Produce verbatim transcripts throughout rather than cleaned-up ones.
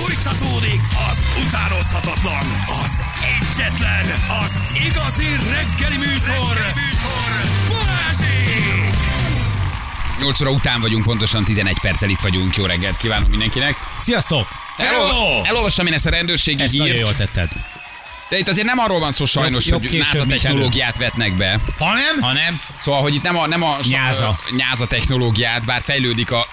Fújtatódik az utánozhatatlan, az egyetlen, az igazi reggeli műsor, reggeli műsor. Balázsék! nyolc óra után vagyunk, pontosan tizenegy perccel itt vagyunk. Jó reggelt kívánok mindenkinek. Sziasztok! Hello! Elolvastam én ezt a rendőrségi Ezt hírt. nagyon jól tetted. De itt azért nem arról van szó sajnos, Jobb- jobb hogy később, NASA mint technológiát vetnek be. Ha nem? Ha nem? Szóval, hogy itt nem a, nem a Nyáza. a nyáza technológiát, bár fejlődik a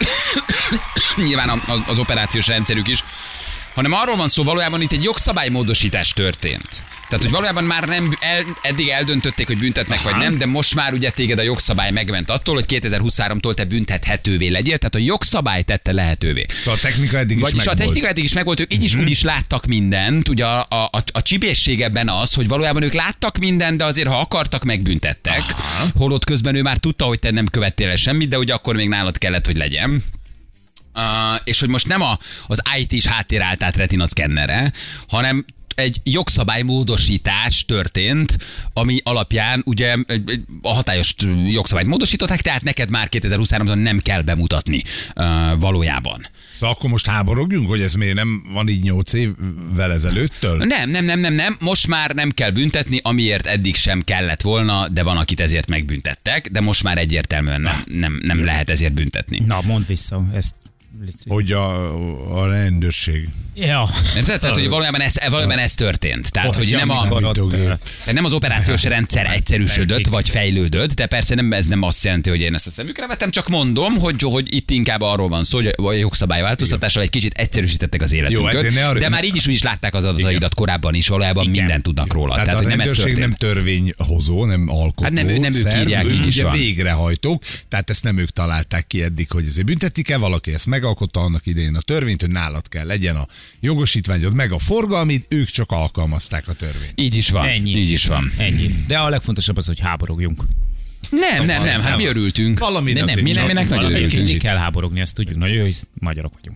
nyilván a, az operációs rendszerük is, hanem arról van szó, valójában itt egy jogszabálymódosítás történt. Tehát, hogy valójában már nem el, eddig eldöntötték, hogy büntetnek Aha. vagy nem, de most már ugye téged a jogszabály megment attól, hogy kétezer-huszonháromtól te büntethetővé legyél, tehát a jogszabály tette lehetővé. Szóval a technika eddig is Vagyis megvolt. a technika eddig is megvolt, ők így is úgy is láttak mindent. Ugye a, a, a, a csibészség ebben az, hogy valójában ők láttak mindent, de azért ha akartak, megbüntettek. Aha. Holott közben ő már tudta, hogy te nem követtél el semmit, de ugye akkor még nálad kellett, hogy legyen. Uh, és hogy most nem a, az í té-s háttér állt át retina szkennerre, hanem egy jogszabálymódosítás történt, ami alapján ugye a hatályos jogszabályt módosították, tehát neked már kétezer-huszonháromtól nem kell bemutatni uh, valójában. Szóval akkor most háborogjunk, hogy ez miért nem van így nyolc évvel ezelőttől? Nem, nem, nem, nem, nem. Most már nem kell büntetni, amiért eddig sem kellett volna, de van, akit ezért megbüntettek, de most már egyértelműen nem, nem, nem lehet ezért büntetni. Na, mondd vissza ezt. Hogy a, a rendőrség. Ja. Érted? Tehát, hogy valójában ez, valójában ez történt. Tehát, Oh, hogy nem, a, számítógép. tehát nem az operációs rendszer egyszerűsödött, vagy fejlődött, de persze nem, ez nem azt jelenti, hogy én ezt a szemükre vettem, csak mondom, hogy, hogy itt inkább arról van szó, hogy a jogszabályváltoztatással egy kicsit egyszerűsítettek az életünket. Jó, arra, de már így is úgy is látták az adataidat korábban is, valójában Igen. mindent tudnak róla. Tehát, Tehát, a hogy nem ez rendőrség történt. nem törvényhozó, nem alkotó. Hát nem ő- nem ők szerv, írják, ők így is ugye van. végrehajtók, tehát ezt nem ők találták ki eddig, hogy ezért büntetik-e, valaki ezt megalkotta annak idején a törvényt, hogy nálad kell legyen a jogosítványod, meg a forgalmid, ők csak alkalmazták a törvényt. Így is van. Ennyi. Így is van. Ennyi. De a legfontosabb az, hogy háborogjunk. Nem, nem, nem, hát mi örültünk. Valami De nem, mi nem, minek nagyon örültünk. örülünk. Kell háborogni, ezt tudjuk nagyon jó, hisz magyarok vagyunk.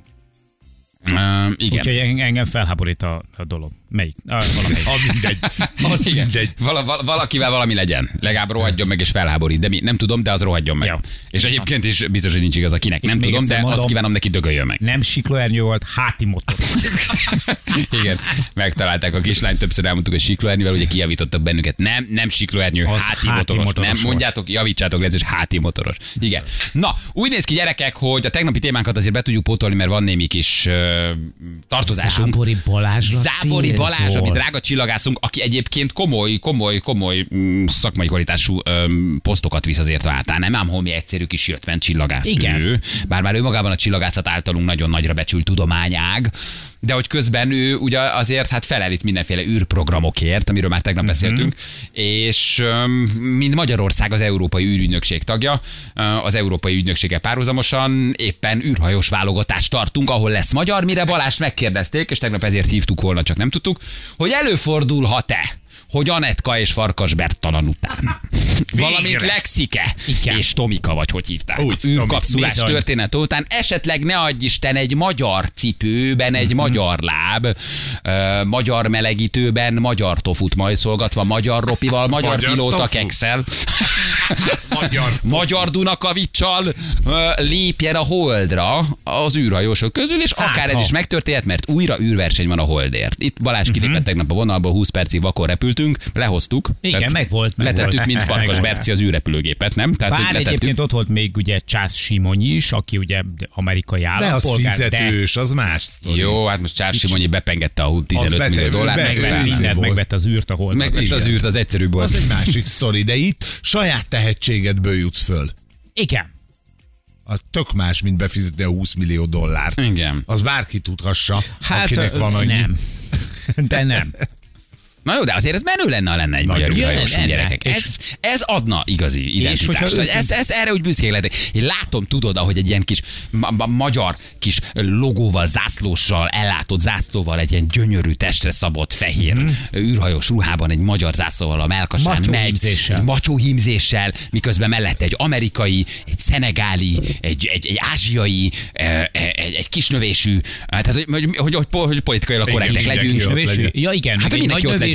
Uh, igen. Úgyhogy en- engem felháborít a, a dolog. Melyik? Ah, valamelyik. Az mindegy. Az Igen. mindegy. Vala, val, valakivel valami legyen. Legalább rohadjon meg és felháborít. De mi, nem tudom, de az rohadjon meg. Ja. És egyébként is biztos, hogy nincs igaz akinek. És Nem még tudom, de egyszer mondom, azt kívánom neki, dögöljön meg. Nem siklóernyő volt, háti motor. Igen, megtalálták a kislányt, többször elmondtuk, hogy siklóernyővel, ugye kijavítottak bennünket. Nem, nem siklóernyő, Az háti, háti motoros. motoros Nem, volt. mondjátok, javítsátok, ez is háti motoros. Igen. Na, úgy néz ki, gyerekek, hogy a tegnapi témánkat azért be tudjuk pótolni, mert van némi kis uh, tartozásunk. Zápori Balázsra Zápori Balázs, célzol. ami drága csillagászunk, aki egyébként komoly, komoly, komoly mm, szakmai kvalitású öm, posztokat visz azért által. Nem ám holmi egyszerű kis jött ment csillagász. Igen. Ő, bár már ő magában a csillagászat általunk nagyon nagyra becsült tudományág, de hogy közben ő ugye azért hát felel itt mindenféle űrprogramokért, amiről már tegnap uh-huh. beszéltünk, és öm, mind Magyarország az Európai űrügynökség tagja, az Európai Ügynökséggel párhuzamosan éppen űrhajós válogatást tartunk, ahol lesz magyar, mire Balást megkérdezték, és tegnap ezért hívtuk volna, csak nem tudtuk, hogy előfordulhat-e, hogy Anetka és Farkas Bertalan után valamint Lexike Igen. és Tomika, vagy hogy hívták, Úgy, űrkapszulás Tomi. történet után esetleg ne adj Isten egy magyar cipőben, egy Mhm. magyar láb, ö, magyar melegítőben, magyar tofut majszolgatva, magyar ropival, magyar, Magyar pilóta tofu. kekszel, Magyar. magyar Dunakavicsal ö, lépjen a Holdra az űrhajósok közül, és Hát, akár ez ha. is megtörténhet, mert újra űrverseny van a Holdért. Itt Balázs kilépett tegnap a vonalból, húsz percig vakon repültünk, lehoztuk. Igen, Tehát megvolt, megvolt. Letettük, mint Farkas Megvolt. Berci az űrrepülőgépet, nem? Tehát, hogy Bár letettük. egyébként ott volt még ugye Csász Simonyi is, aki ugye amerikai De az állampolgár. fizetős, az más sztori. Jó, hát most Csár Simonyi bepengette a tizenöt bete- millió dollárt. be- meg be- fel- be- Mindent volt. megvette az űrt a holdra. Megvette az Igen. űrt, az egyszerűbb volt. Az egy másik sztori, de itt saját tehetségedből jutsz föl. Igen. Az tök más, mint befizetni a húsz millió dollárt. Igen. Az bárki tudhassa, Hát akinek van annyi. nem. De nem. Na jó, de azért ez menő lenne, ha lenne egy magyar Nagyon. űrhajós Lenne. gyerekek. És- Ez, ez adna igazi identitást. hogyha ők- Ez, ez, erre úgy büszkék lehetek. Én látom, tudod, ahogy egy ilyen kis ma, ma, magyar kis logóval, zászlóssal, ellátott zászlóval, egy ilyen gyönyörű testre szabott fehér mm-hmm. űrhajós ruhában, egy magyar zászlóval a melkasán Macsó megy, hímzéssel. egy macsó hímzéssel, miközben mellette egy amerikai, egy szenegáli, egy, egy, egy ázsiai, eh, egy, egy kisnövésű, tehát hogy, hogy, hogy, hogy, hogy politikailag korrektek mindenki legyünk. ott Növésű? legyen. Ja igen, Hát, hát hogy egy mindenki nagy ott legyen.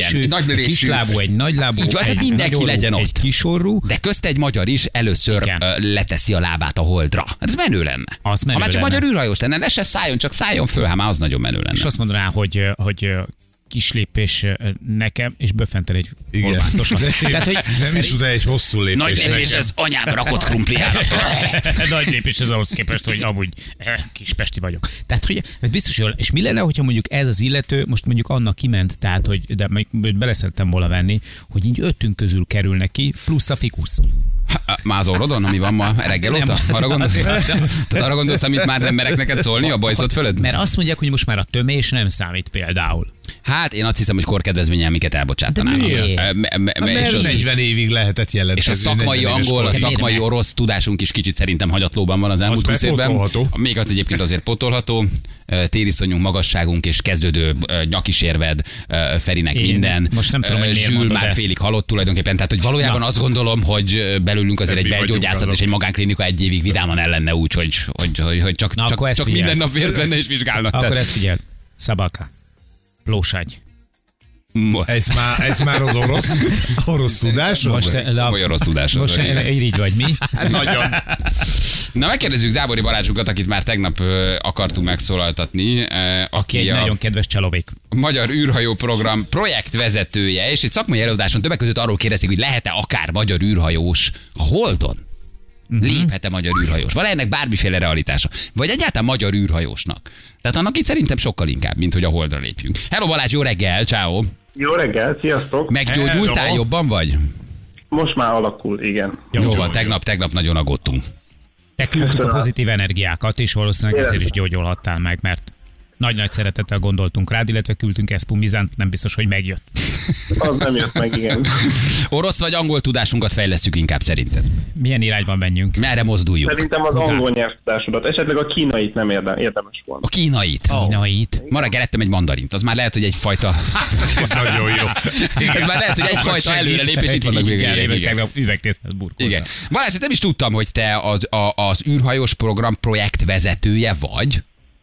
növésű, egy nagy növésű. kislábú, egy nagylábú, Így van, egy hát mindenki nagyorrú, legyen ott. egy kisorrú. De közt egy magyar is először Igen. ö, leteszi a lábát a holdra. Hát ez menő lenne. Az menő ha már csak lenne. magyar űrhajós lenne, ne se szálljon, csak szálljon föl, hát már az nagyon menő lenne. És azt mondaná, hogy, hogy kis lépés nekem, és böffentel egy Igen. horvátosat. Tehát, hogy Nem is oda egy hosszú lépés. Nagy lépés, nekem. ez anyám rakott krumpliának. Nagy lépés ez ahhoz képest, hogy amúgy eh, kispesti vagyok. Tehát, hogy mert biztos jól, és mi lenne, hogyha mondjuk ez az illető, most mondjuk annak kiment, tehát, hogy de még beleszerettem volna venni, hogy így ötünk közül kerül neki, plusz a fikusz. Már az orrodon, ami van ma reggel óta? Arra gondolsz? Tehát arra gondolsz, amit már nem merek neked szólni a bajszot fölött? Mert azt mondják, hogy most már a tömés nem számít például. Hát én azt hiszem, hogy korkedvezményen miket elbocsátanának. De miért? E, me- me- Hát, és mert az- negyven évig lehetett jelentkezni. És a szakmai negyven éves angol, a korig. szakmai Miért? orosz tudásunk is kicsit szerintem hagyatlóban van az elmúlt húsz évben. megpótolható. Még az egyébként azért potolható. Tériszonyunk, magasságunk és kezdődő ö, nyakisérved ö, Ferinek Én minden. most nem tudom, hogy miért Zsül mondod már ezt. félig halott tulajdonképpen. Tehát, hogy valójában Na. azt gondolom, hogy belőlünk azért Nem egy mi vagyunk belgyógyászat azok. és egy magánklinika egy évig vidáman el lenne úgy, hogy, hogy, hogy, hogy csak, Na, akkor csak, ezt csak figyeld. minden nap vért venne és vizsgálnak. Akkor Tehát- ezt figyeld. Szabalka. Plóságy. Mo- Ez már, ez már az orosz, orosz tudás? Most le, Olyan rossz tudásod most vagy. így vagy mi? Hát nagyon. Na, megkérdezzük Zábori Balázsunkat, akit már tegnap ö, akartunk megszólaltatni, ö, Aki aki egy a nagyon kedves csalovék. Magyar űrhajó program projektvezetője, és egy szakmai előadáson többek között arról kérdezik, hogy lehet-e akár magyar űrhajós a Holdon? Uh-huh. Léphet-e magyar űrhajós? Van ennek bármiféle realitása? Vagy egyáltalán magyar űrhajósnak? Tehát annak itt szerintem sokkal inkább, mint hogy a Holdra lépjünk. Hello Balázs, jó reggel, ciao. Jó reggel, sziasztok! Meggyógyultál, Hello. jobban vagy? Most már alakul, igen. Jó, Jó, jó van, tegnap, tegnap nagyon aggódtunk. Te küldtük a Köszönöm. pozitív energiákat, és valószínűleg Igen. ezért is gyógyulhattál meg, mert nagy-nagy szeretettel gondoltunk rád, illetve küldtünk eszpumizánt, nem biztos, hogy megjött. Az nem jött meg, igen. Orosz vagy angol tudásunkat fejlesztjük inkább szerinted? Milyen irányban menjünk? Merre mozduljunk? Szerintem az angol nyelvtudásodat, esetleg a kínait nem érdem, érdemes volna. A kínait. Kínait. Ma reggel ettem egy mandarint, az már lehet, hogy egyfajta... Ez nagyon jó. Ez már lehet, hogy egyfajta előrelépés, itt vannak még Igen, igen, igen, igen. tegnap üvegtésztát burkoltam. Igen. Balázs, ezt nem is tudtam, hogy te az, a, az űrhajós program projektvezetője vagy.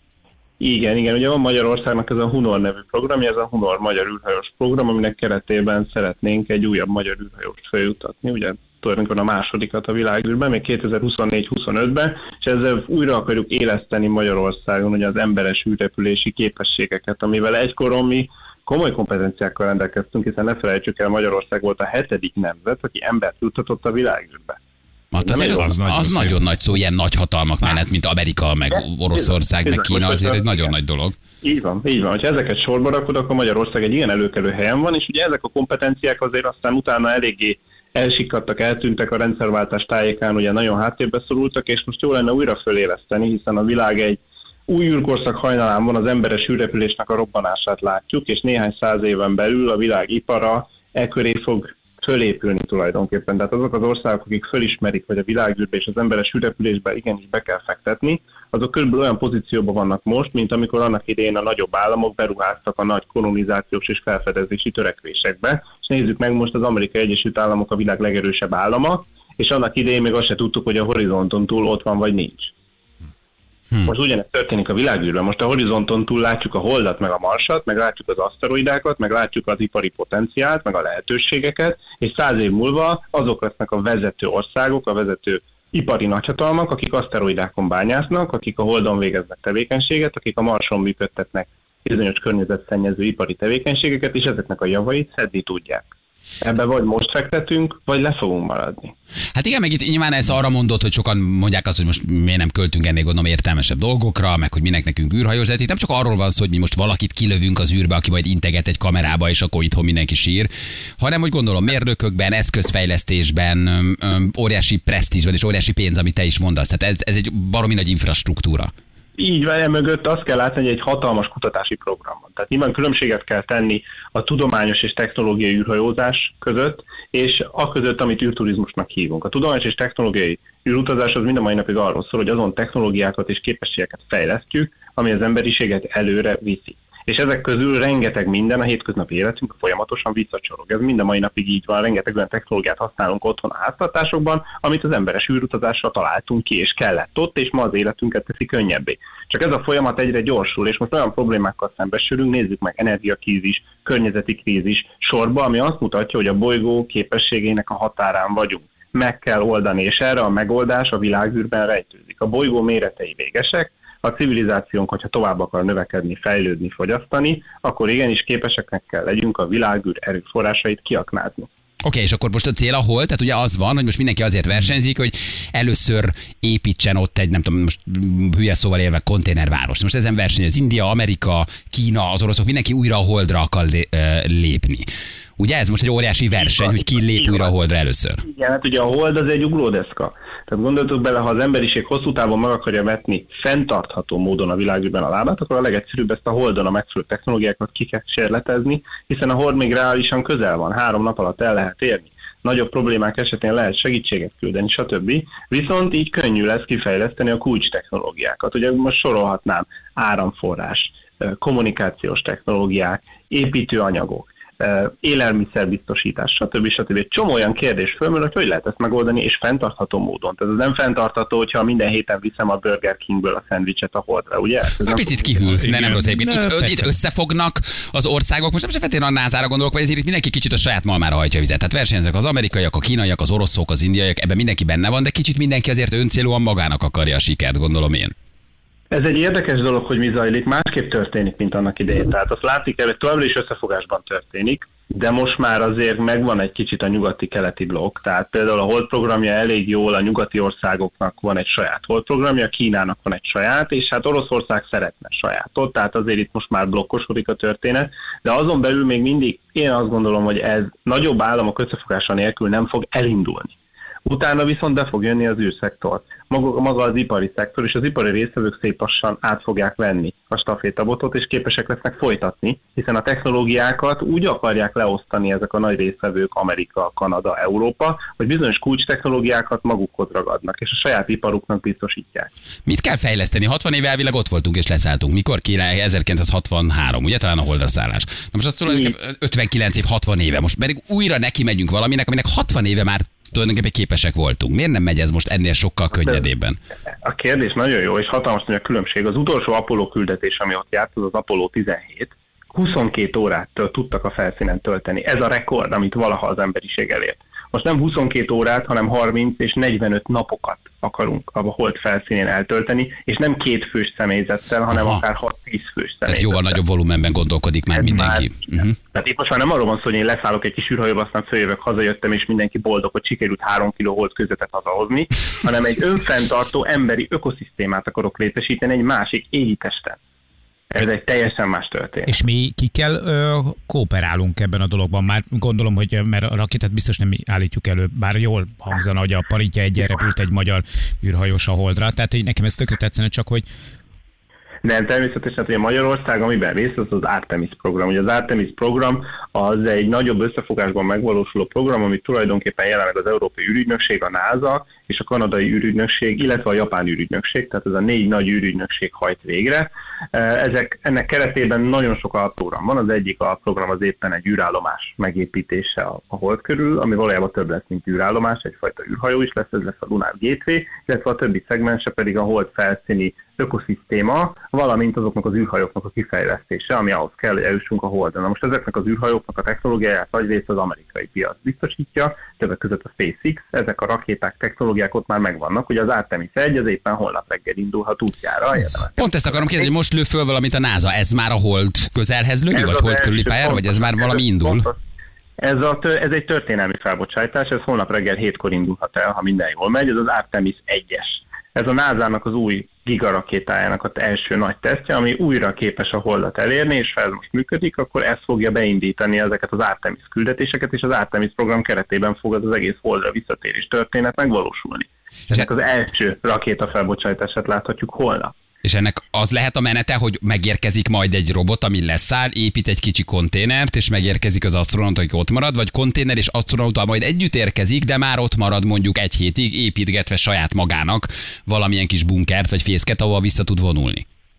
Igen, igen, ugye van Magyarországnak ez a Hunor nevű programja, ez a Hunor magyar űrhajós program, aminek keretében szeretnénk egy újabb magyar űrhajóst feljutatni, ugye tulajdonképpen a másodikat a világűrben, még kétezer-huszonnégy-huszonötben, és ezzel újra akarjuk éleszteni Magyarországon ugye az emberes űrrepülési képességeket, amivel egykoron mi komoly kompetenciákkal rendelkeztünk, hiszen ne felejtsük el, Magyarország volt a hetedik nemzet, aki embert juttatott a világűrbe. Hát azért az, az az, nagyon az szép. nagyon nagy szó, ilyen nagy hatalmak mellett, mint Amerika, meg Oroszország, meg Bizony, Kína, most azért egy ez- nagyon igen. nagy dolog. Így van, így van. Ha ezeket sorba rakod, akkor Magyarország egy ilyen előkelő helyen van, és ugye ezek a kompetenciák azért aztán utána eléggé elsikadtak, eltűntek a rendszerváltás tájékán, ugye nagyon háttérbe szorultak, és most jó lenne újra föléleszteni, hiszen a világ egy új űrkorszak hajnalán van, az emberes űrrepülésnek a robbanását látjuk, és néhány száz éven belül a világ ipara e köré fog fölépülni tulajdonképpen. Tehát azok az országok, akik fölismerik, hogy a világűrbe és az emberes űrrepülésbe igenis be kell fektetni, azok körülbelül olyan pozícióban vannak most, mint amikor annak idején a nagyobb államok beruháztak a nagy kolonizációs és felfedezési törekvésekbe. És nézzük meg, most az Amerikai Egyesült Államok a világ legerősebb állama, és annak idején még azt se tudtuk, hogy a horizonton túl ott van vagy nincs. Hmm. Most ugyanez történik a világűrben. Most a horizonton túl látjuk a Holdat, meg a Marsat, meg látjuk az aszteroidákat, meg látjuk az ipari potenciált, meg a lehetőségeket, és száz év múlva azok lesznek a vezető országok, a vezető ipari nagyhatalmak, akik aszteroidákon bányásznak, akik a Holdon végeznek tevékenységet, akik a Marson működtetnek bizonyos környezetszennyező ipari tevékenységeket, és ezeknek a javait szedni tudják. Ebbe vagy most fektetünk, vagy le fogunk maradni. Hát igen, meg itt nyilván ez arra mondott, hogy sokan mondják azt, hogy most miért nem költünk ennél gondolom értelmesebb dolgokra, meg hogy minek nekünk űrhajós, de itt nem csak arról van szó, hogy mi most valakit kilövünk az űrbe, aki majd integet egy kamerába, és akkor itthon mindenki sír, hanem hogy gondolom mérnökökben, eszközfejlesztésben, öm, öm, óriási presztízsben és óriási pénz, amit te is mondasz. Tehát ez, ez egy baromi nagy infrastruktúra. Így van, emögött azt kell látni, hogy egy hatalmas kutatási program van. Tehát nyilván különbséget kell tenni a tudományos és technológiai űrhajózás között, és a között, amit űrturizmusnak hívunk. A tudományos és technológiai űrutazás az mind a mai napig arról szól, hogy azon technológiákat és képességeket fejlesztjük, ami az emberiséget előre viszi. És ezek közül rengeteg minden a hétköznapi életünk folyamatosan visszacsorog. Ez mind a mai napig így van, rengeteg olyan technológiát használunk otthon a háztartásokban, amit az emberes űrutazásra találtunk ki, és kellett ott, és ma az életünket teszi könnyebbé. Csak ez a folyamat egyre gyorsul, és most olyan problémákkal szembesülünk, nézzük meg, energiakrízis, környezeti krízis sorba, ami azt mutatja, hogy a bolygó képességének a határán vagyunk. Meg kell oldani, és erre a megoldás a világűrben rejtőzik. A bolygó méretei végesek, a civilizációnk, hogyha tovább akar növekedni, fejlődni, fogyasztani, akkor igenis képeseknek kell legyünk a világűr erőforrásait kiaknázni. Oké, okay, és akkor most a cél a hol? Tehát ugye az van, hogy most mindenki azért versenyzik, hogy először építsen ott egy, nem tudom, most hülye szóval élve konténervárost. Most ezen versenyez India, Amerika, Kína, az oroszok, mindenki újra a holdra akar lépni. Ugye ez most egy óriási verseny, hogy ki lép újra a holdra először. Igen, hát ugye a hold az egy ugródeszka. Tehát gondoltuk bele, ha az emberiség hosszú távon meg akarja vetni fenntartható módon a világűrben a lábát, akkor a legegyszerűbb ezt a holdon a megfelelő technológiákat ki kell kísérletezni, hiszen a hold még reálisan közel van, három nap alatt el lehet érni. Nagyobb problémák esetén lehet segítséget küldeni, stb. Viszont így könnyű lesz kifejleszteni a kulcs technológiákat. Ugye most sorolhatnám áramforrás, kommunikációs technológiák, építőanyagok, élelmiszerbiztosítás, stb. stb. Egy csomó olyan kérdés fölmerül, hogy hogy lehet ezt megoldani, és fenntartható módon. Tehát ez nem fenntartható, hogyha minden héten viszem a Burger Kingből a szendvicset a holdra, ugye? Ez a picit kihűl, de nem rossz egyébként. Itt, itt összefognak az országok, most nem se feltétlenül a nászára gondolok, vagy ezért itt mindenki kicsit a saját malmára hajtja a vizet. Tehát versenyeznek az amerikaiak, a kínaiak, az oroszok, az indiaiak, ebben mindenki benne van, de kicsit mindenki azért öncélúan magának akarja a sikert, gondolom én. Ez egy érdekes dolog, hogy mi zajlik, másképp történik, mint annak idején. Tehát azt látszik, hogy továbbra is összefogásban történik, de most már azért megvan egy kicsit a nyugati-keleti blokk. Tehát például a Hold programja elég jól, a nyugati országoknak van egy saját Hold programja, Kínának van egy saját, és hát Oroszország szeretne sajátot, tehát azért itt most már blokkosodik a történet, de azon belül még mindig én azt gondolom, hogy ez nagyobb államok összefogása nélkül nem fog elindulni. Utána viszont be fog jönni az űrszektor. Maga, maga az ipari szektor, és az ipari résztvevők szép lassan át fogják venni a stafétabotot, és képesek lesznek folytatni, hiszen a technológiákat úgy akarják leosztani ezek a nagy résztvevők, Amerika, Kanada, Európa, hogy bizonyos kulcs technológiákat magukhoz ragadnak, és a saját iparuknak biztosítják. Mit kell fejleszteni? hatvan éve elvileg ott voltunk és leszálltunk. Mikor kéne? ezerkilencszázhatvanhárom, ugye talán a holdra szállás. Na most azt tudom, ötvenkilenc év, hatvan éve. Most pedig újra neki megyünk valaminek, aminek hatvan éve már tulajdonképpen képesek voltunk. Miért nem megy ez most ennél sokkal könnyedében? A kérdés nagyon jó, és hatalmas nagy a különbség. Az utolsó Apollo küldetés, ami ott járt, az az Apollo tizenhét, huszonkét órát tudtak a felszínen tölteni. Ez a rekord, amit valaha az emberiség elért. Most nem huszonkét órát, hanem harminc és negyvenöt napokat akarunk a hold felszínén eltölteni, és nem két fős személyzettel, hanem Aha. akár hat-tíz fős személyzettel. Tehát jóval nagyobb volumenben gondolkodik már ez mindenki. Már, uh-huh. Tehát itt most már nem arról van szó, hogy én leszállok egy kis űrhajóba, aztán följövök, hazajöttem, és mindenki boldog, hogy sikerült három kiló hold közvetet hazahozni, hanem egy önfenntartó emberi ökoszisztémát akarok létesíteni egy másik égitesten. Ez egy teljesen más történet. És mi kikkel ö, kooperálunk ebben a dologban? Már gondolom, hogy mert a rakétát biztos nem mi állítjuk elő, bár jól hangzana, hogy a Paritja egyen repült egy magyar űrhajós a holdra. Tehát, hogy nekem ez tökre tetszene, csak hogy Nem, természetesen, hogy a Magyarország, amiben részt az az Artemis program. Ugye az Artemis program az egy nagyobb összefogásban megvalósuló program, amit tulajdonképpen jelenleg az Európai űrügynökség, a NASA és a kanadai űrügynökség, illetve a japán űrügynökség, tehát ez a négy nagy űrügynökség hajt végre. Ezek, ennek keretében nagyon sok alprogram van. Az egyik alprogram az éppen egy űrállomás megépítése a, a hold körül, ami valójában több lesz, mint űrállomás, egyfajta űrhajó is lesz, ez lesz a Lunar Gateway, illetve a többi szegmense pedig a hold felszíni ökoszisztéma, valamint azoknak az űrhajóknak a kifejlesztése, ami ahhoz kell, hogy eljussunk a Holdra. Na most ezeknek az űrhajóknak a technológiáját nagyrészt az amerikai piac biztosítja, többek között a SpaceX, ezek a rakéták, technológiák ott már megvannak, ugye az Artemis egy, az éppen holnap reggel indulhat útjára. Pont ezt akarom kérdezni, hogy most lő föl valamit a NASA, ez már a Hold közelhez lő, vagy Hold körüli pályára, vagy ez már valami indul? Ez, a, ez egy történelmi felbocsátás, ez holnap reggel hétkor indulhat el, ha minden jól megy, ez az Artemis egyes. Ez a nászának az új gigarakétájának az első nagy tesztje, ami újra képes a Holdat elérni, és ha ez most működik, akkor ez fogja beindítani ezeket az Artemis küldetéseket, és az Artemis program keretében fog az egész Holdra visszatérés történet megvalósulni. És ennek az első rakéta felbocsátását láthatjuk holnap. És ennek az lehet a menete, hogy megérkezik majd egy robot, ami leszáll, épít egy kicsi konténert, és megérkezik az asztronauta, aki ott marad, vagy konténer és asztronauta majd együtt érkezik, de már ott marad mondjuk egy hétig, építgetve saját magának valamilyen kis bunkert, vagy fészket, ahol vissza tud vonulni.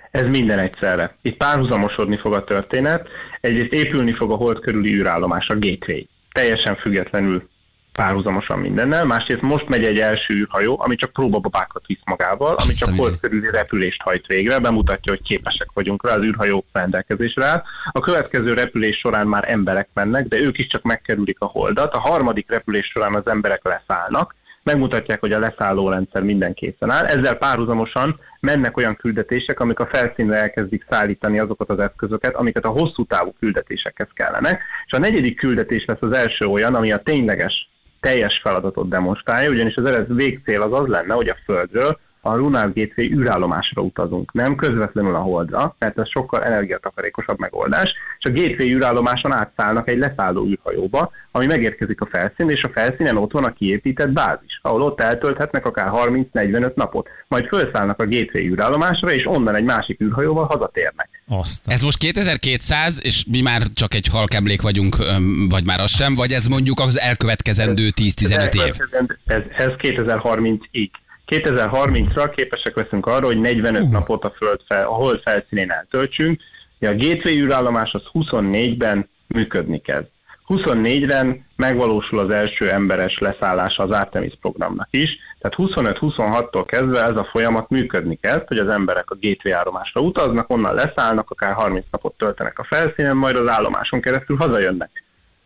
Ez minden egyszerre. Itt párhuzamosodni fog a történet. Egyrészt épülni fog a hold körüli űrállomás, a Gateway. Teljesen függetlenül párhuzamosan mindennel. Másrészt most megy egy első űrhajó, ami csak próbababákat visz magával, ami csak hold körüli repülést hajt végre, bemutatja, hogy képesek vagyunk rá, az űrhajó rendelkezésre áll. A következő repülés során már emberek mennek, de ők is csak megkerülik a holdat. A harmadik repülés során az emberek leszállnak, megmutatják, hogy a leszálló rendszer minden készen áll. Ezzel párhuzamosan mennek olyan küldetések, amik a felszínre elkezdik szállítani azokat az eszközöket, amiket a hosszú távú küldetésekhez kellenek. És a negyedik küldetés lesz az első olyan, ami a tényleges, teljes feladatot demonstrálja, ugyanis az eredeti végcél az az lenne, hogy a Földről a Lunar Gateway űrállomásra utazunk, nem közvetlenül a Holdra, mert ez sokkal energiatakarékosabb megoldás, és a Gateway űrállomáson átszállnak egy leszálló űrhajóba, ami megérkezik a felszínre, és a felszínen ott van a kiépített bázis, ahol ott eltölthetnek akár harminc-negyvenöt napot, majd felszállnak a Gateway űrállomásra, és onnan egy másik űrhajóval hazatérnek. Aztán. Ez most kétezer-kétszáz, és mi már csak egy halk emlék vagyunk, öm, vagy már az sem, vagy ez mondjuk az elkövetkezendő tíz-tizenöt év? Ez, ez kétezer-harmincig. kétezer-harmincra képesek leszünk arra, hogy negyvenöt uh. napot a, föld fel, a hold felszínén eltöltsünk. A Gateway űrállomás az huszonnégyben működni kezd. huszonnégyben megvalósul az első emberes leszállása az Artemis programnak is, tehát huszonöt-huszonhattól kezdve ez a folyamat működni kezd, hogy az emberek a Gateway állomásra utaznak, onnan leszállnak, akár harminc napot töltenek a felszínen, majd az állomáson keresztül hazajönnek.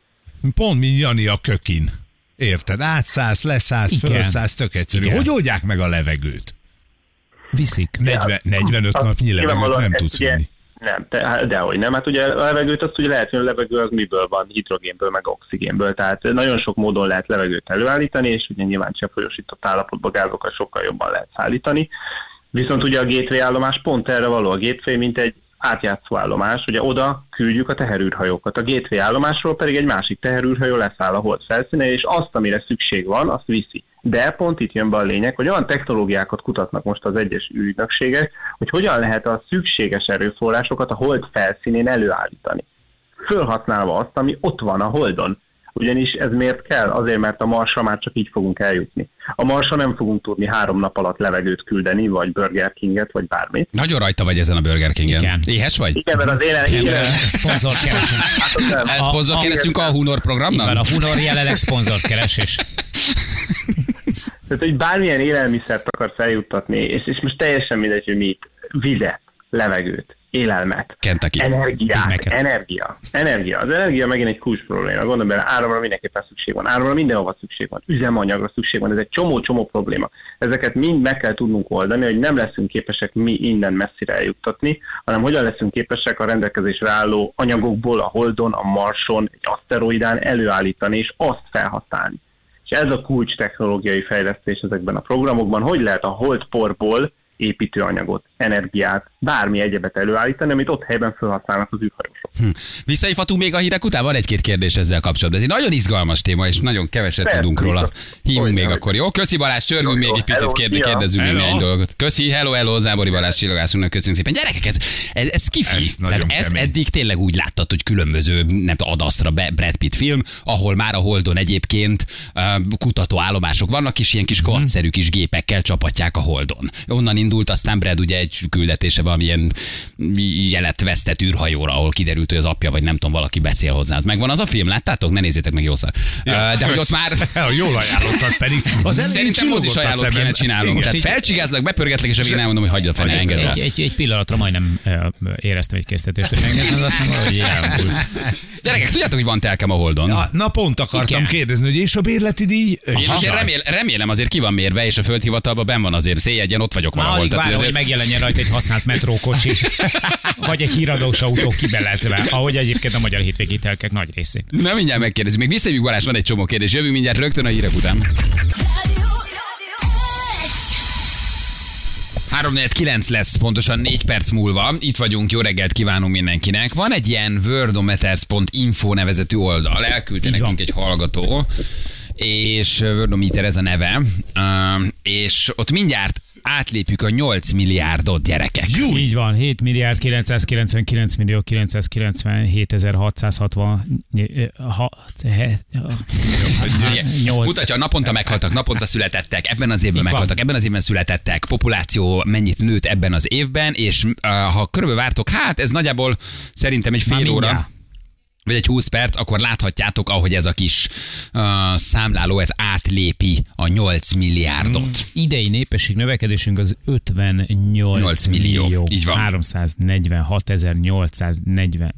Pont mint Jani a kökin. Érted? Átszállsz, leszállsz, fölszállsz, tök egyszerű. Igen. Hogy oldják meg a levegőt? Viszik. negyven, negyvenöt napnyi levegőt nem tudsz vinni. Nem, de, dehogy nem. Hát ugye a levegőt azt ugye lehet, hogy a levegő az miből van, hidrogénből, meg oxigénből. Tehát nagyon sok módon lehet levegőt előállítani, és ugye nyilván cseppfolyósított állapotban gázokat sokkal jobban lehet szállítani. Viszont ugye a Gateway állomás pont erre való. A Gateway mint egy átjátszó állomás, ugye oda küldjük a teherűrhajókat. A Gateway állomásról pedig egy másik teherűrhajó leszáll a hold felszínén, és azt, amire szükség van, azt viszi. De pont itt jön be a lényeg, hogy olyan technológiákat kutatnak most az egyes ügynökségek, hogy hogyan lehet a szükséges erőforrásokat a hold felszínén előállítani. Fölhasználva azt, ami ott van a holdon. Ugyanis ez miért kell? Azért, mert a Marsra már csak így fogunk eljutni. A Marsra nem fogunk tudni három nap alatt levegőt küldeni, vagy Burger Kinget, vagy bármit. Nagyon rajta vagy ezen a Burger Kingen. Igen. Éhes vagy? Igen, mert az élen... Szponzort keresünk. Szponzort keresünk a Hunor programnak? Igen, a Hunor jelenleg szponzort keresés. Tehát, hogy bármilyen élelmiszert akarsz eljuttatni, és, és most teljesen mindegy, hogy mit, vizet, levegőt, élelmet, Kentucky. energiát, energia. Energia. Az energia megint egy kulcs probléma. Gondolom bele, áramra mindenképpen szükség van. Áramra mindenhova szükség van. Üzemanyagra szükség van. Ez egy csomó-csomó probléma. Ezeket mind meg kell tudnunk oldani, hogy nem leszünk képesek mi innen messzire eljuttatni, hanem hogyan leszünk képesek a rendelkezésre álló anyagokból a Holdon, a Marson, egy aszteroidán előállítani, és azt felhasználni. És ez a kulcs technológiai fejlesztés ezekben a programokban, hogy lehet a holdporból építőanyagot, energiát, bármi egyebet előállítani, amit ott helyben felhasználnak az űrhajósok. Hm. Visszaifatunk még a hírek után? Van egy-két kérdés ezzel kapcsolatban. Ez egy nagyon izgalmas téma, és nagyon keveset Persze, tudunk róla. Hívunk még akkor, jó? Köszi Balázs, csörgünk még egy picit, kérde, kérdezzünk még néhány dolgot. Köszi, hello, hello, Zábori Balázs csillagászunknak, köszönjük szépen. Gyerekek, ez, ez, ez kifi. Ez Tehát ezt eddig tényleg úgy láttad, hogy különböző, nem tudom, adasztra Brad Pitt film, ahol már a Holdon egyébként uh, kutatóállomások vannak, és ilyen kis kartszerű kis gépekkel csapatják a Holdon. Onnan indult aztán Brad ugye egy küldetése valamilyen jelet vesztett űrhajóra, ahol kiderült, hogy az apja, vagy nem tudom, valaki beszél hozzá. Az megvan az a film, láttátok? Ne nézzétek meg jószor. Ja, de hogy ott már... Jól ajánlottad pedig. Az szerintem most is ajánlott kéne csinálnom. Tehát felcsigázlak, bepörgetlek, és a végén elmondom, hogy hagyj a fene, engedd el. Egy, egy, egy pillanatra majdnem éreztem egy késztetést, hogy megnézem, az aztán valahogy elmúlt. Gyerekek, tudjátok, hogy van telkem a Holdon? Ja, na pont akartam Igen. kérdezni, hogy és a bérleti díj? Én azért remél, remélem azért ki van mérve, és a földhivatalban benn van azért széjegyen, ott vagyok valahol. Várom, hogy megjelenjen rajta egy használt metrókocsi, vagy egy híradós autó kibelezve, ahogy egyébként a magyar hétvégi telkek nagy részét. Na mindjárt megkérdezzük. Még visszajövünk, Balázs, van egy csomó kérdés. Jövünk mindjárt rögtön a hírek után. három negyven kilenc lesz pontosan négy perc múlva. Itt vagyunk, jó reggelt kívánunk mindenkinek. Van egy ilyen worldometers pont info nevezetű oldal. Elküldte nekünk egy hallgató, és Worldometer ez a neve, és ott mindjárt átlépjük a nyolc milliárdot, gyerekek. Jó, így van, hét milliárd kilencszázkilencvenkilenc millió kilencszázkilencvenhét ezer hatszázhatvan Mutatja, naponta meghaltak, naponta születettek, ebben az évben meghaltak, ebben az évben születettek, populáció mennyit nőtt ebben az évben, és uh, ha körülbelül vártok, hát ez nagyjából szerintem egy fél óra, vagy egy húsz perc, akkor láthatjátok, ahogy ez a kis uh, számláló, ez átlépi a nyolc milliárdot. Mm. Idei népesség növekedésünk az ötvennyolc millió, így van. háromszáznegyvenhatezer-nyolcszáznegyven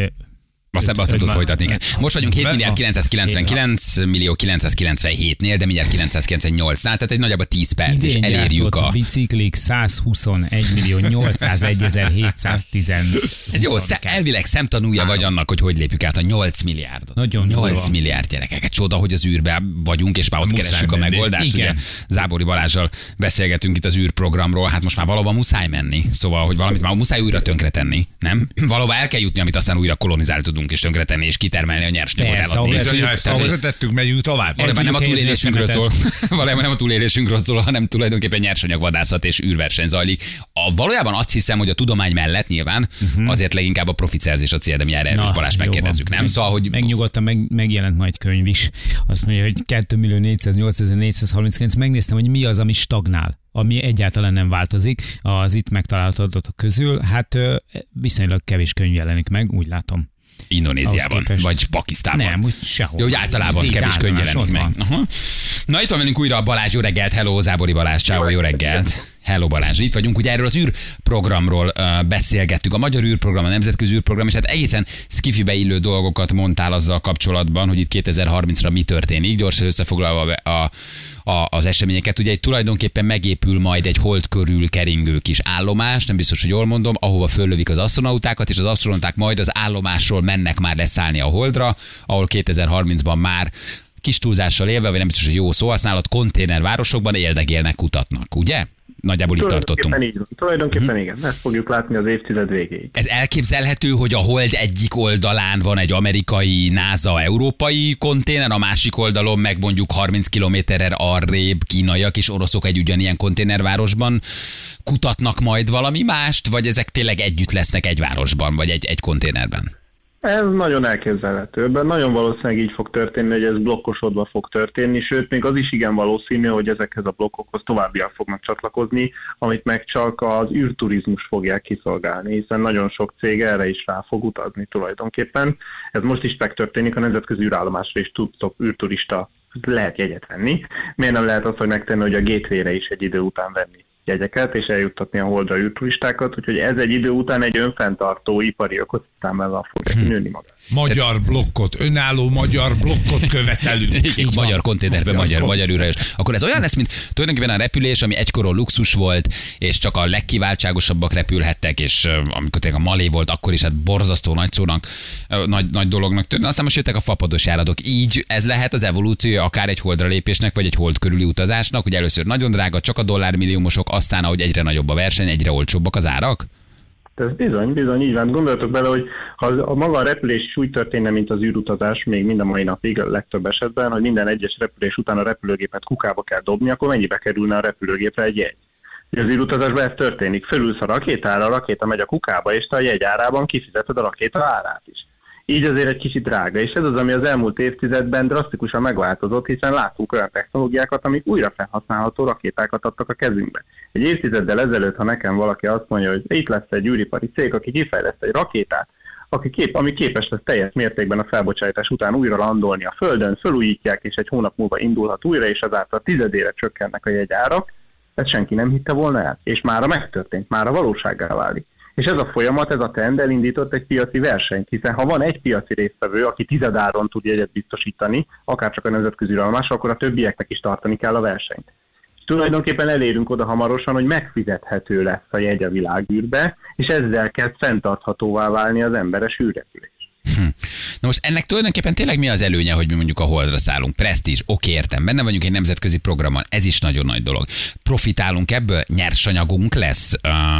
Aztán azt tudod folytatni. Most vagyunk hét milliárd kilencszázkilencvenkilenc millió kilencszázkilencvenhétnél, de mindjárt kilencszázkilencvennyolcnál, tehát egy nagyjából tíz perc, és elérjük a... biciklik százhuszonegy millió nyolcszázegy ezer hétszáztizenhat. Ez jó, elvileg szemtanúja vagy annak, hogy hogy lépjük át a nyolc milliárdot. Nagyon nyolc milliárd, gyerekek. Csoda, hogy az űrben vagyunk, és már ott muszáj keressük menni a megoldást. Ugye Zábori Balázsral beszélgetünk itt az űrprogramról, hát most már valahova muszáj menni. Szóval, hogy valamit már muszáj újra tönkretenni, nem? Valahova el kell jutni, amit aztán újra kolonizálni tudunk és tönkretenni, és kitermelni a nyersanyagot, eladni. Ahol tettük, megyünk tovább. Valójában nem a túlélésünkről szól, valójában nem a túlélésünkről szól, hanem tulajdonképpen nyersanyagvadászat és űrverseny zajlik. A, valójában azt hiszem, hogy a tudomány mellett nyilván uh-huh. azért leginkább a profitszerzés a cél, de mi erre Erős Balázs megkérdezzük, nem? Szóval, hogy... Megnyugodtan meg, megjelent majd könyv is. Azt mondja, hogy két millió négyszáznyolcezer-négyszázharminckilenc. Megnéztem, hogy mi az, ami stagnál, ami egyáltalán nem változik az itt megtalálható adatok közül. Hát viszonylag kevés könyv jelenik meg, úgy látom. Indonéziában, vagy Pakisztánban. Nem, úgy sehol. Jó, hogy általában kevés könyv jelenik meg. Aha. Na itt van velünk újra a Balázs, jó reggelt, hello, Zábori Balázs, ciao, jó reggelt. Hello Balázs, itt vagyunk, ugye erről az űrprogramról uh, beszélgettük, a magyar űrprogram, a nemzetközi űrprogram, és hát egészen skifibe illő dolgokat mondtál azzal kapcsolatban, hogy itt kétezer-harmincra mi történik, gyorsan összefoglalva a, a, az eseményeket. Ugye egy tulajdonképpen megépül majd egy hold körül keringő kis állomás, nem biztos, hogy jól mondom, ahova föllövik az asztronautákat, és az asztronauták majd az állomásról mennek már leszállni a holdra, ahol kétezer-harmincban már kis túlzással élve, vagy nem biztos, hogy jó szóhasználat, konténervárosokban éldegélnek, kutatnak, ugye? Nagyjából itt tartottunk. Így van. Tulajdonképpen uh-huh. igen, ezt fogjuk látni az évtized végéig. Ez elképzelhető, hogy a hold egyik oldalán van egy amerikai, NASA európai konténer, a másik oldalon meg mondjuk harminc kilométerrel arrébb kínaiak és oroszok egy ugyanilyen konténervárosban kutatnak majd valami mást, vagy ezek tényleg együtt lesznek egy városban, vagy egy, egy konténerben? Ez nagyon elképzelhető. Ebben nagyon valószínűleg így fog történni, hogy ez blokkosodva fog történni, sőt, még az is igen valószínű, hogy ezekhez a blokkokhoz továbbiak fognak csatlakozni, amit meg csak az űrturizmus fogják kiszolgálni, hiszen nagyon sok cég erre is rá fog utazni tulajdonképpen. Ez most is megtörténik, a nemzetközi űrállomásra is tudtok űrturista lehet jegyet venni. Miért nem lehet az, hogy megtenni, hogy a Gateway-re is egy idő után venni jegyeket, és eljuttatni a holdra űrturistákat, úgyhogy ez egy idő után egy önfenntartó ipari ökoszisztémával fogja kinőni magát. Magyar blokkot, önálló magyar blokkot követelünk. Igen, magyar konténerben, magyar, magyar, magyar űrhajós. Akkor ez olyan lesz, mint tulajdonképpen a repülés, ami egykoron luxus volt, és csak a legkiváltságosabbak repülhettek, és uh, amikor tényleg a Malé volt, akkor is hát borzasztó nagy szónak, uh, nagy, nagy dolognak tűnt. Aztán most jöttek a fapados járatok. Így ez lehet az evolúciója akár egy holdra lépésnek, vagy egy hold körüli utazásnak, hogy először nagyon drága, csak a dollármilliómosok, aztán ahogy egyre nagyobb a verseny, egyre olcsóbbak az árak? Ez bizony, bizony, így van. Gondoljatok bele, hogy ha a maga a repülés is úgy történne, mint az űrutazás, még mind a mai napig a legtöbb esetben, hogy minden egyes repülés után a repülőgépet kukába kell dobni, akkor mennyibe kerülne a repülőgépre egy jegy? Az űrutazásban ez történik. Fölülsz a rakétára, a rakéta megy a kukába, és te a jegy árában kifizeted a rakéta árát is. Így azért egy kicsit drága, és ez az, ami az elmúlt évtizedben drasztikusan megváltozott, hiszen láttunk olyan technológiákat, amik újra felhasználható rakétákat adtak a kezünkbe. Egy évtizeddel ezelőtt, ha nekem valaki azt mondja, hogy itt lesz egy űripari cég, aki kifejleszt egy rakétát, aki kép, ami képes lesz teljes mértékben a felbocsátás után újra landolni a Földön, fölújítják, és egy hónap múlva indulhat újra, és azáltal tizedére csökkennek a jegyárak, ezt senki nem hitte volna el, és mára megtörtént, mára valósággá válik. És ez a folyamat, ez a trend elindított egy piaci versenyt, hiszen ha van egy piaci résztvevő, aki tizedáron tud jegyet biztosítani, akár csak a nemzetközi űrállomásra, akkor a többieknek is tartani kell a versenyt. És tulajdonképpen elérünk oda hamarosan, hogy megfizethető lesz a jegy a világűrbe, és ezzel kezd fenntarthatóvá válni az emberes űrrepülés. Hm. Na most ennek tulajdonképpen tényleg mi az előnye, hogy mi mondjuk a holdra szállunk? Presztízs, oké, értem, benne vagyunk egy nemzetközi programon, ez is nagyon nagy dolog. Profitálunk ebből, nyersanyagunk lesz,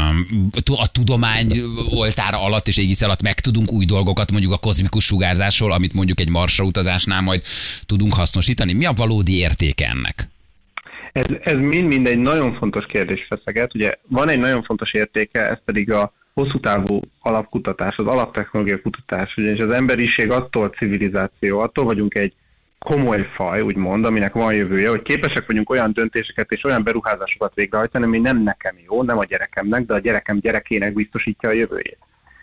a tudomány oltára alatt és égisz alatt meg tudunk új dolgokat mondjuk a kozmikus sugárzásról, amit mondjuk egy Marsra utazásnál majd tudunk hasznosítani. Mi a valódi értéke ennek? Ez, ez mind-mind egy nagyon fontos kérdés feszeget. Ugye van egy nagyon fontos értéke, ez pedig a hosszú távú alapkutatás, az alaptechnológia kutatás, ugyanis az emberiség attól civilizáció, attól vagyunk egy komoly faj, úgymond, aminek van jövője, hogy képesek vagyunk olyan döntéseket és olyan beruházásokat végrehajtani, ami nem nekem jó, nem a gyerekemnek, de a gyerekem gyerekének biztosítja a jövőjét.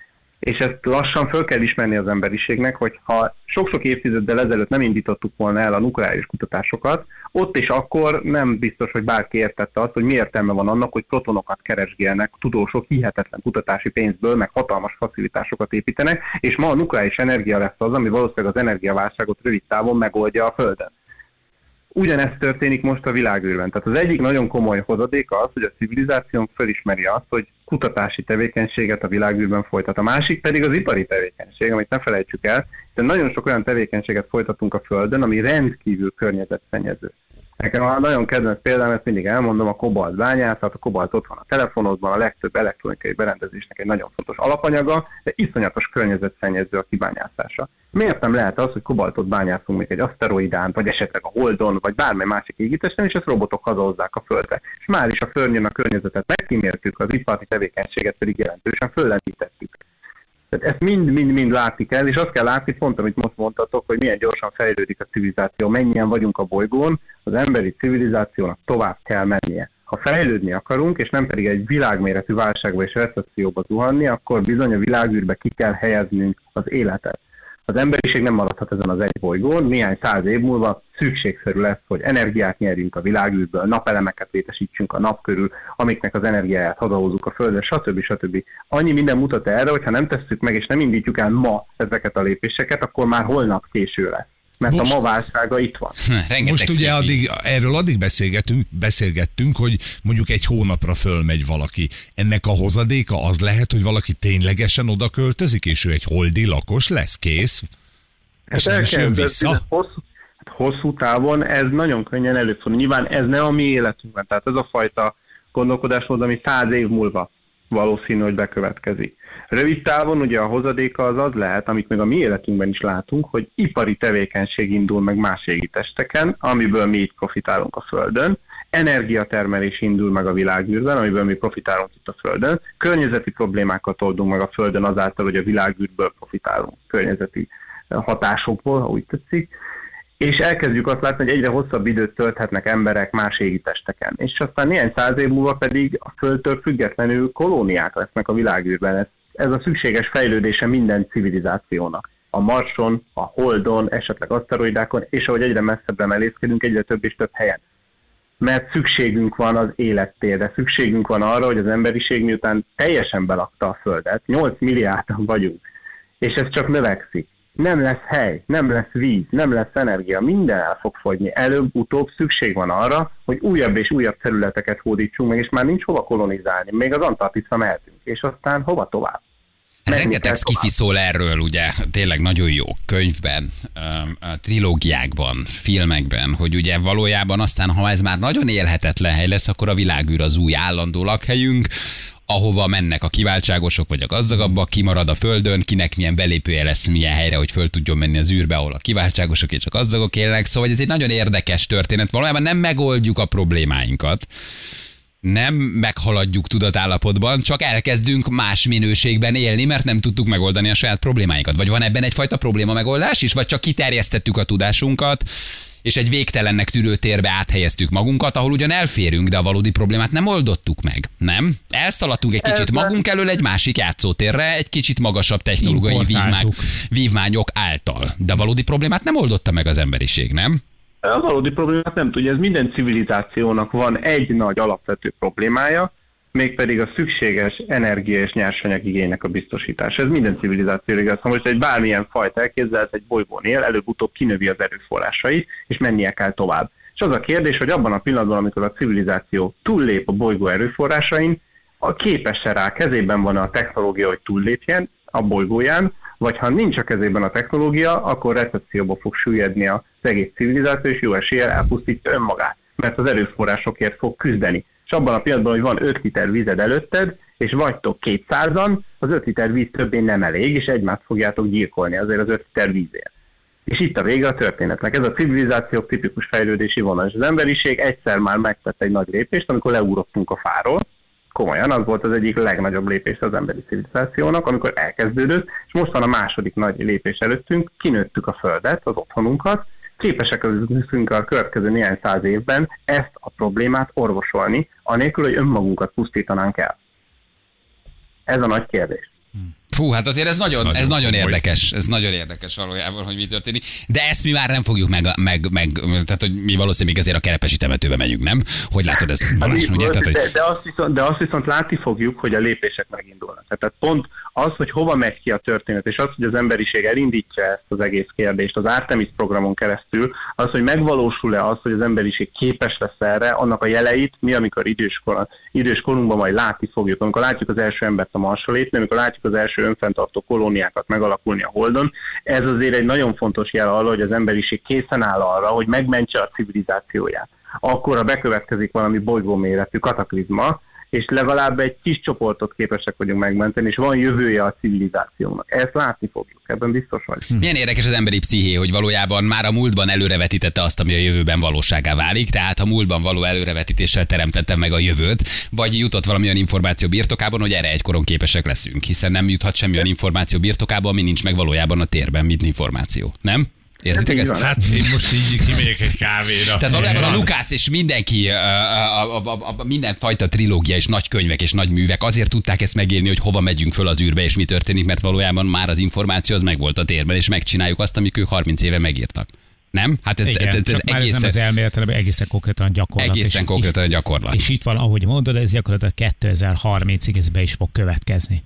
És ezt lassan föl kell ismerni az emberiségnek, hogy ha sok-sok évtizeddel ezelőtt nem indítottuk volna el a nukleáris kutatásokat, ott és akkor nem biztos, hogy bárki értette azt, hogy mi értelme van annak, hogy protonokat keresgélnek tudósok hihetetlen kutatási pénzből, meg hatalmas facilitásokat építenek, és ma a nukleáris energia lesz az, ami valószínűleg az energiaválságot rövid távon megoldja a Földön. Ugyanezt történik most a világűrben. Tehát az egyik nagyon komoly hozadéka az, hogy a civilizációnk felismeri azt, hogy kutatási tevékenységet a világűrben folytat. A másik pedig az ipari tevékenység, amit ne felejtsük el, hiszen nagyon sok olyan tevékenységet folytatunk a Földön, ami rendkívül környezetszennyező. Nekem a nagyon kedvenc példám, ezt mindig elmondom, a kobalt bányászat, a kobalt ott van a telefonodban, a legtöbb elektronikai berendezésnek egy nagyon fontos alapanyaga, de iszonyatos környezetszennyező a kibányászása. Miért nem lehet az, hogy kobaltot bányászunk még egy aszteroidán, vagy esetleg a Holdon, vagy bármely másik égítésen, és ezt robotok hazahozzák a Földre. És már is a Földön a környezetet megkíméltük, az ipari tevékenységet pedig jelentősen föllendítettük. Tehát ezt mind-mind-mind látni kell, és azt kell látni, pont amit most mondtatok, hogy milyen gyorsan fejlődik a civilizáció, mennyien vagyunk a bolygón, az emberi civilizációnak tovább kell mennie. Ha fejlődni akarunk, és nem pedig egy világméretű válságba és recesszióba zuhanni, akkor bizony a világűrbe ki kell helyeznünk az életet. Az emberiség nem maradhat ezen az egy bolygón, néhány száz év múlva szükségszerű lesz, hogy energiát nyerjünk a világűrből, napelemeket létesítsünk a nap körül, amiknek az energiáját hazahozzuk a Földre, stb. stb. Annyi minden mutat erre, hogy ha nem tesszük meg és nem indítjuk el ma ezeket a lépéseket, akkor már holnap késő lesz. Mert most, a ma válsága itt van. Most ugye addig, erről addig beszélgetünk, beszélgettünk, hogy mondjuk egy hónapra fölmegy valaki. Ennek a hozadéka az lehet, hogy valaki ténylegesen oda költözik, és ő egy holdi lakos lesz, kész, és nem is jön vissza. Hosszú, hosszú távon ez nagyon könnyen előfordul. Nyilván ez nem a mi életünkben, tehát ez a fajta gondolkodásmód, ami száz év múlva valószínű, hogy bekövetkezik. Rövid távon ugye a hozadéka az az lehet, amit még a mi életünkben is látunk, hogy ipari tevékenység indul meg más égitesteken, amiből mi itt profitálunk a Földön, energiatermelés indul meg a világűrben, amiből mi profitálunk itt a Földön, környezeti problémákat oldunk meg a Földön azáltal, hogy a világűrből profitálunk környezeti hatásokból, ha úgy tetszik, és elkezdjük azt látni, hogy egyre hosszabb időt tölthetnek emberek más égitesteken. És aztán néhány száz év múlva pedig a Földtől függetlenül kolóniák lesznek a világűrben. Ez, ez a szükséges fejlődése minden civilizációnak. A Marson, a Holdon, esetleg aszteroidákon, és ahogy egyre messzebbre melészkedünk, egyre több és több helyen. Mert szükségünk van az élettérre, szükségünk van arra, hogy az emberiség miután teljesen belakta a Földet, nyolc milliárdan vagyunk, és ez csak növekszik. Nem lesz hely, nem lesz víz, nem lesz energia, minden el fog fogyni. Előbb-utóbb szükség van arra, hogy újabb és újabb területeket hódítsunk meg, és már nincs hova kolonizálni. Még az Antarktiszra mehetünk, és aztán hova tovább? Rengeteg skifi szól erről, ugye, tényleg nagyon jó könyvben, trilógiákban, filmekben, hogy ugye valójában aztán, ha ez már nagyon élhetetlen hely lesz, akkor a világűr az új állandó lakhelyünk, ahova mennek a kiváltságosok vagy a gazdagabbak, kimarad a Földön, kinek milyen belépője lesz, milyen helyre, hogy föl tudjon menni az űrbe, ahol a kiváltságosok és a gazdagok élnek. Szóval ez egy nagyon érdekes történet. Valójában nem megoldjuk a problémáinkat, nem meghaladjuk tudatállapotban, csak elkezdünk más minőségben élni, mert nem tudtuk megoldani a saját problémáinkat. Vagy van ebben egyfajta probléma megoldás is, vagy csak kiterjesztettük a tudásunkat, és egy végtelennek tűrő térbe áthelyeztük magunkat, ahol ugyan elférünk, de a valódi problémát nem oldottuk meg, nem? Elszaladtunk egy kicsit magunk elől egy másik játszótérre, egy kicsit magasabb technológiai vívmány, vívmányok által. De a valódi problémát nem oldotta meg az emberiség, nem? A valódi problémát nem tudja, ez minden civilizációnak van egy nagy alapvető problémája, mégpedig a szükséges energia és nyersanyag igénynek a biztosítása. Ez minden civilizáció igaz. Ha most egy bármilyen fajta elképzelhet, egy bolygón él, előbb-utóbb kinövi az erőforrásait, és mennie kell tovább. És az a kérdés, hogy abban a pillanatban, amikor a civilizáció túllép a bolygó erőforrásain, a képes-e rá, kezében van a technológia, hogy túllépjen a bolygóján, vagy ha nincs a kezében a technológia, akkor recesszióba fog süllyedni az egész civilizáció, és jó eséllyel elpusztítja önmagát, mert az erőforrásokért fog küzdeni. És abban a pillanatban, hogy van öt liter vízed előtted, és vagytok kétszázan, az öt liter víz többé nem elég, és egymást fogjátok gyilkolni azért az öt liter vízért. És itt a vége a történetnek. Ez a civilizációk tipikus fejlődési vonal. És az emberiség egyszer már megtett egy nagy lépést, amikor leugrottunk a fáról. Komolyan, az volt az egyik legnagyobb lépés az emberi civilizációnak, amikor elkezdődött, és most van a második nagy lépés előttünk, kinőttük a Földet, az otthonunkat, képesek leszünk a következő néhány száz évben ezt a problémát orvosolni, anélkül, hogy önmagunkat pusztítanánk el. Ez a nagy kérdés. Fú, hát azért ez nagyon, Nagyon ez nagyon komoly. érdekes, ez nagyon érdekes valójában, hogy mi történik. De ezt mi már nem fogjuk meg, meg, meg tehát hogy mi valószínűleg azért a Kerepesi temetőbe megyünk, nem? Hogy látod ezt, Balázs, ugye? Tehát, hogy... de, de, azt viszont, de azt viszont látni fogjuk, hogy a lépések megindulnak. Tehát pont az, hogy hova megy ki a történet, és az, hogy az emberiség elindítja ezt az egész kérdést az Artemis programon keresztül, az, hogy megvalósul-e az, hogy az emberiség képes lesz erre, annak a jeleit mi, amikor időskor, idős korunkban majd látni fogjuk, amikor látjuk az első embert a Marsra lépni, amikor látjuk az első önfenntartó kolóniákat megalakulni a Holdon. Ez azért egy nagyon fontos jel arra, hogy az emberiség készen áll arra, hogy megmentse a civilizációját. Akkor, ha bekövetkezik valami bolygóméretű kataklizma, és legalább egy kis csoportot képesek vagyunk megmenteni, és van jövője a civilizációnak. Ezt látni fogjuk, ebben biztos vagy. Milyen érdekes az emberi psziché, hogy valójában már a múltban előrevetítette azt, ami a jövőben valóságá válik, tehát a múltban való előrevetítéssel teremtette meg a jövőt, vagy jutott valamilyen információ birtokában, hogy erre egykoron képesek leszünk, hiszen nem juthat semmilyen információ birtokában, ami nincs meg valójában a térben, mint információ. Nem? Értitek ezt? Hát én most így kimegyek egy kávéra. Tehát valójában a Lukász és mindenki, a, a, a, a, a mindenfajta trilógia és nagy könyvek és nagy művek azért tudták ezt megírni, hogy hova megyünk föl az űrbe és mi történik, mert valójában már az információ az megvolt a térben, és megcsináljuk azt, amik ők harminc éve megírtak. Nem? Hát ez, Igen, ez, ez csak már egészen, ez nem az elmélet, hanem egészen konkrétan a gyakorlat. egészen és, konkrétan a gyakorlat. És itt van, ahogy mondod, ez gyakorlatilag kétezer-harmincig ez be is fog következni.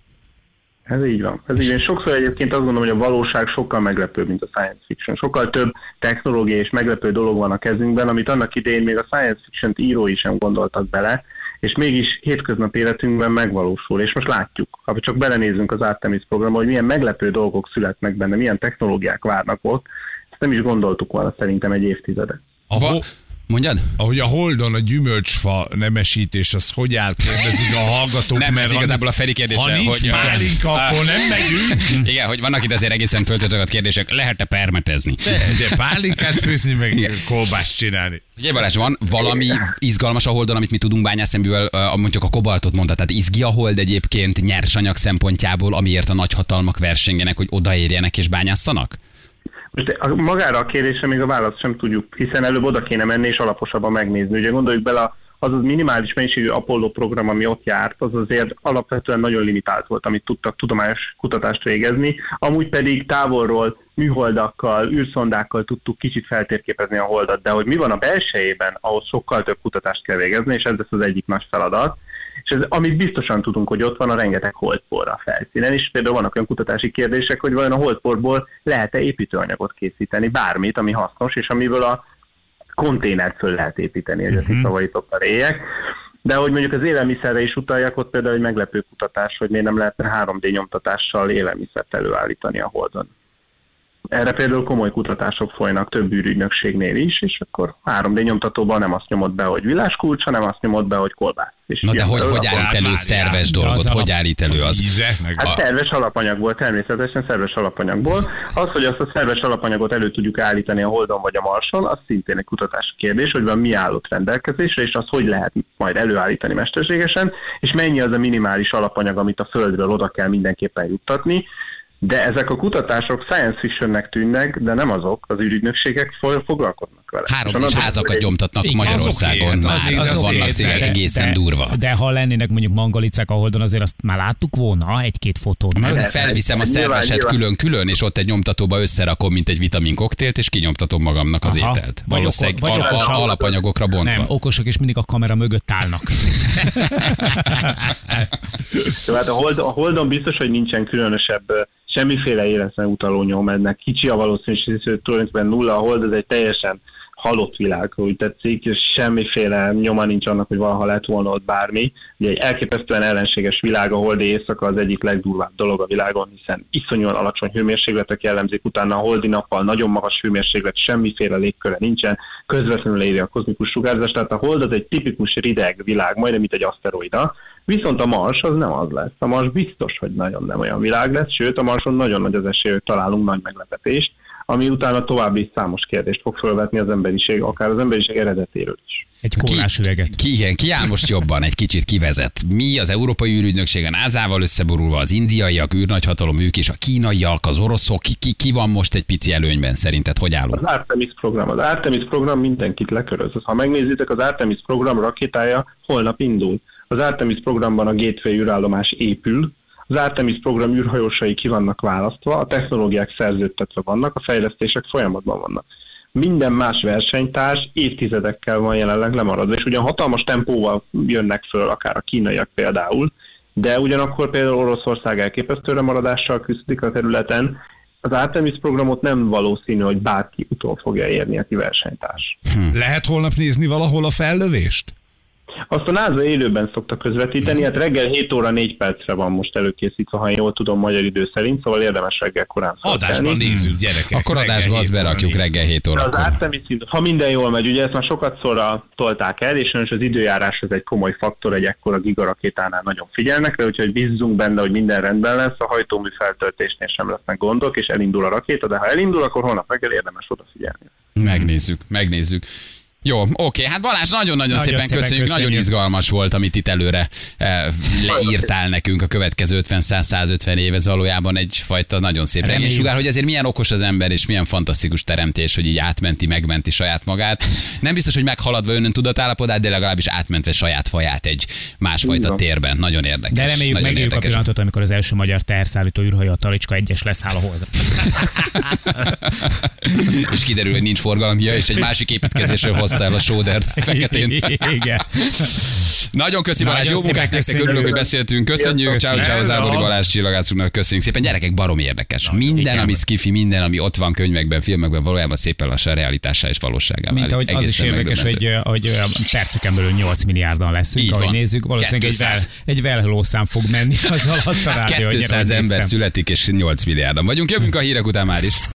Ez így van. Ez így van. Sokszor egyébként azt gondolom, hogy a valóság sokkal meglepőbb, mint a science fiction. Sokkal több technológia és meglepő dolog van a kezünkben, amit annak idején még a science fiction-t írói sem gondoltak bele, és mégis hétköznapi életünkben megvalósul. És most látjuk, ha csak belenézünk az Artemis programba, hogy milyen meglepő dolgok születnek benne, milyen technológiák várnak ott, ezt nem is gondoltuk volna szerintem egy évtizede. Va- Mondjad? Ahogy a Holdon a gyümölcsfa nemesítés, az hogy áll, kérdezik a hallgatók. Nem, mert ez igazából a Feri kérdése. Ha nincs hogy, pálinka, akkor nem megyünk. Igen, hogy vannak itt azért egészen föltöltött kérdések. Lehet-e permetezni? De, de pálinkát főzni, meg kolbászt csinálni. Ugye Balázs, van valami izgalmas a Holdon, amit mi tudunk bányászemből, mondjuk a kobaltot mondta, tehát izgi a Hold egyébként nyersanyag szempontjából, amiért a nagyhatalmak versengenek, hogy odaérjenek és bányásszanak? Most a, magára a kérdésre még a választ sem tudjuk, hiszen előbb oda kéne menni és alaposabban megnézni. Ugye gondoljuk bele, az az minimális mennyiségű Apollo program, ami ott járt, az azért alapvetően nagyon limitált volt, amit tudtak tudományos kutatást végezni. Amúgy pedig távolról műholdakkal, űrszondákkal tudtuk kicsit feltérképezni a Holdat, de hogy mi van a belsejében, ahhoz sokkal több kutatást kell végezni, és ez lesz az egyik nagy feladat. És ez, amit biztosan tudunk, hogy ott van a rengeteg holdpor a felszínen, és például vannak olyan kutatási kérdések, hogy vajon a holdporból lehet-e építőanyagot készíteni, bármit, ami hasznos, és amiből a konténert föl lehet építeni, hogy a tisztavajított a réjek. De hogy mondjuk az élelmiszerre is utaljak, ott például egy meglepő kutatás, hogy miért nem lehetne három dé nyomtatással élelmiszert előállítani a Holdon. Erre például komoly kutatások folynak több űrügynökségnél is, és akkor három dé nyomtatóban nem azt nyomod be, hogy viláskulcs, hanem azt nyomod be, hogy kolbász. És na de hogy, hogy állít elő szerves dolgot? Hogy állít elő az? Íze, meg Hát szerves alapanyagból, természetesen szerves alapanyagból. Az, hogy azt a szerves alapanyagot elő tudjuk állítani a Holdon vagy a Marson, az szintén egy kutatási kérdés, hogy van mi állott rendelkezésre, és az hogy lehet majd előállítani mesterségesen, és mennyi az a minimális alapanyag, amit a Földről oda kell mindenképpen juttatni. De ezek a kutatások science fictionnek tűnnek, de nem azok, az űrügynökségek foglalkoznak vele. Három is házakat gyomtatnak igen, Magyarországon, azok már az, az az vannak az cégek de- egészen de- durva. De ha lennének mondjuk mangalicák a Holdon, azért azt már láttuk volna egy-két fotót. Majd Lehet, felviszem a nyilván, szerveset nyilván. külön-külön, és ott egy nyomtatóba összerakom, mint egy vitamin koktélt, és kinyomtatom magamnak az Aha. ételt. Vagy Valószínűleg oko- vagy al- al- okosabb. alapanyagokra bontva. Nem, okosok és mindig a kamera mögött állnak. Tehát a, hold, a Holdon biztos, hogy nincsen különösebb ö, semmiféle életre utaló nyom, ennek kicsi a valószínűség, hogy tulajdonképpen nulla a Hold, ez egy teljesen halott világ, úgy tetszik, és semmiféle nyoma nincs annak, hogy valaha lett volna ott bármi. Ugye egy elképesztően ellenséges világ, a holdi éjszaka az egyik legdurvább dolog a világon, hiszen iszonyúan alacsony hőmérsékletek jellemzik, utána a holdi nappal nagyon magas hőmérséklet, semmiféle légköre nincsen, közvetlenül éri a kozmikus sugárzás, tehát a hold az egy tipikus rideg világ, majdnem mint egy aszteroida, viszont a Mars az nem az lesz. A Mars biztos, hogy nagyon nem olyan világ lesz, sőt a Marson nagyon nagy az esély, hogy találunk nagy meglepetést, ami utána további számos kérdést fog felvetni az emberiség, akár az emberiség eredetéről is. Egy kólás üveget. Ki, igen, ki áll most jobban, egy kicsit kivezet. Mi az Európai űrügynökség a názával összeborulva, az indiaiak, űrnagyhatalom, ők is, a kínaiak, az oroszok, ki, ki, ki van most egy pici előnyben szerinted, hogy állunk? Az Artemis program. Az Artemis program mindenkit leköröz. Ha megnézitek, az Artemis program rakétája holnap indul. Az Artemis programban a Gateway űrállomás épül, az Artemis program űrhajósai ki vannak választva, a technológiák szerződtetve vannak, a fejlesztések folyamatban vannak. Minden más versenytárs évtizedekkel van jelenleg lemaradva, és ugyan hatalmas tempóval jönnek föl, akár a kínaiak például, de ugyanakkor például Oroszország elképesztő lemaradással küzdik a területen. Az Artemis programot nem valószínű, hogy bárki utol fogja érni, aki versenytárs. Hm. Lehet holnap nézni valahol a fellövést? Azt a NASA élőben szokta közvetíteni, hát reggel hét óra négy percre van most előkészítve, ha jól tudom, magyar idő szerint, szóval érdemes reggel korán felkelni. Adásban nézzük, gyerekek. Akkor adásban azt berakjuk reggel hét óra. Az Artemis, ha minden jól megy, ugye ezt már sokat szorra tolták el, és az időjárás az egy komoly faktor, egy ekkora gigarakétánál nagyon figyelnek rá, úgyhogy bízzunk benne, hogy minden rendben lesz, a hajtómű feltöltésnél sem lesznek gondok, és elindul a rakéta, de ha elindul, akkor holnap reggel érdemes odafigyelni. Megnézzük, megnézzük. Jó, oké, hát Balázs, nagyon-nagyon nagyon szépen, szépen köszönjük. köszönjük, nagyon izgalmas volt, amit itt előre eh, leírtál nekünk a következő ötven-száz-százötven év, ez valójában egyfajta nagyon szép reménysugár, hogy azért milyen okos az ember, és milyen fantasztikus teremtés, hogy így átmenti, megmenti saját magát. Nem biztos, hogy meghaladva önön tudatállapodát, de legalábbis átmentve saját faját egy másfajta Igen. térben. Nagyon érdekes. De reméljük, nagyon megéljük a érdekes. pillanatot, amikor az első magyar teherszállító űrhajó, a Talicska egyes leszáll a holdra. És kiderül, hogy nincs forgalomja, és egy másik építkezésről hozta el a sódert feketén. Igen. Nagyon köszi Balázs, jó munkát nektek, örülök, hogy beszéltünk. Köszönjük, ciao ciao az Ábori Balázs csillagászunknak, köszönjük szépen. Gyerekek, baromi érdekes. Minden, ami skifi, minden, ami ott van könyvekben, filmekben, valójában szépen lassan realitássá és valóságá válik. Mint ahogy az is érdekes, hogy, hogy perceken belül nyolc milliárdan leszünk, Így ahogy van. nézzük, valószínűleg egy, vel, egy velhelószám fog menni az alatt a rádió. kétszáz ember születik, és nyolc milliárdan vagyunk. Jövünk a hírek után már is.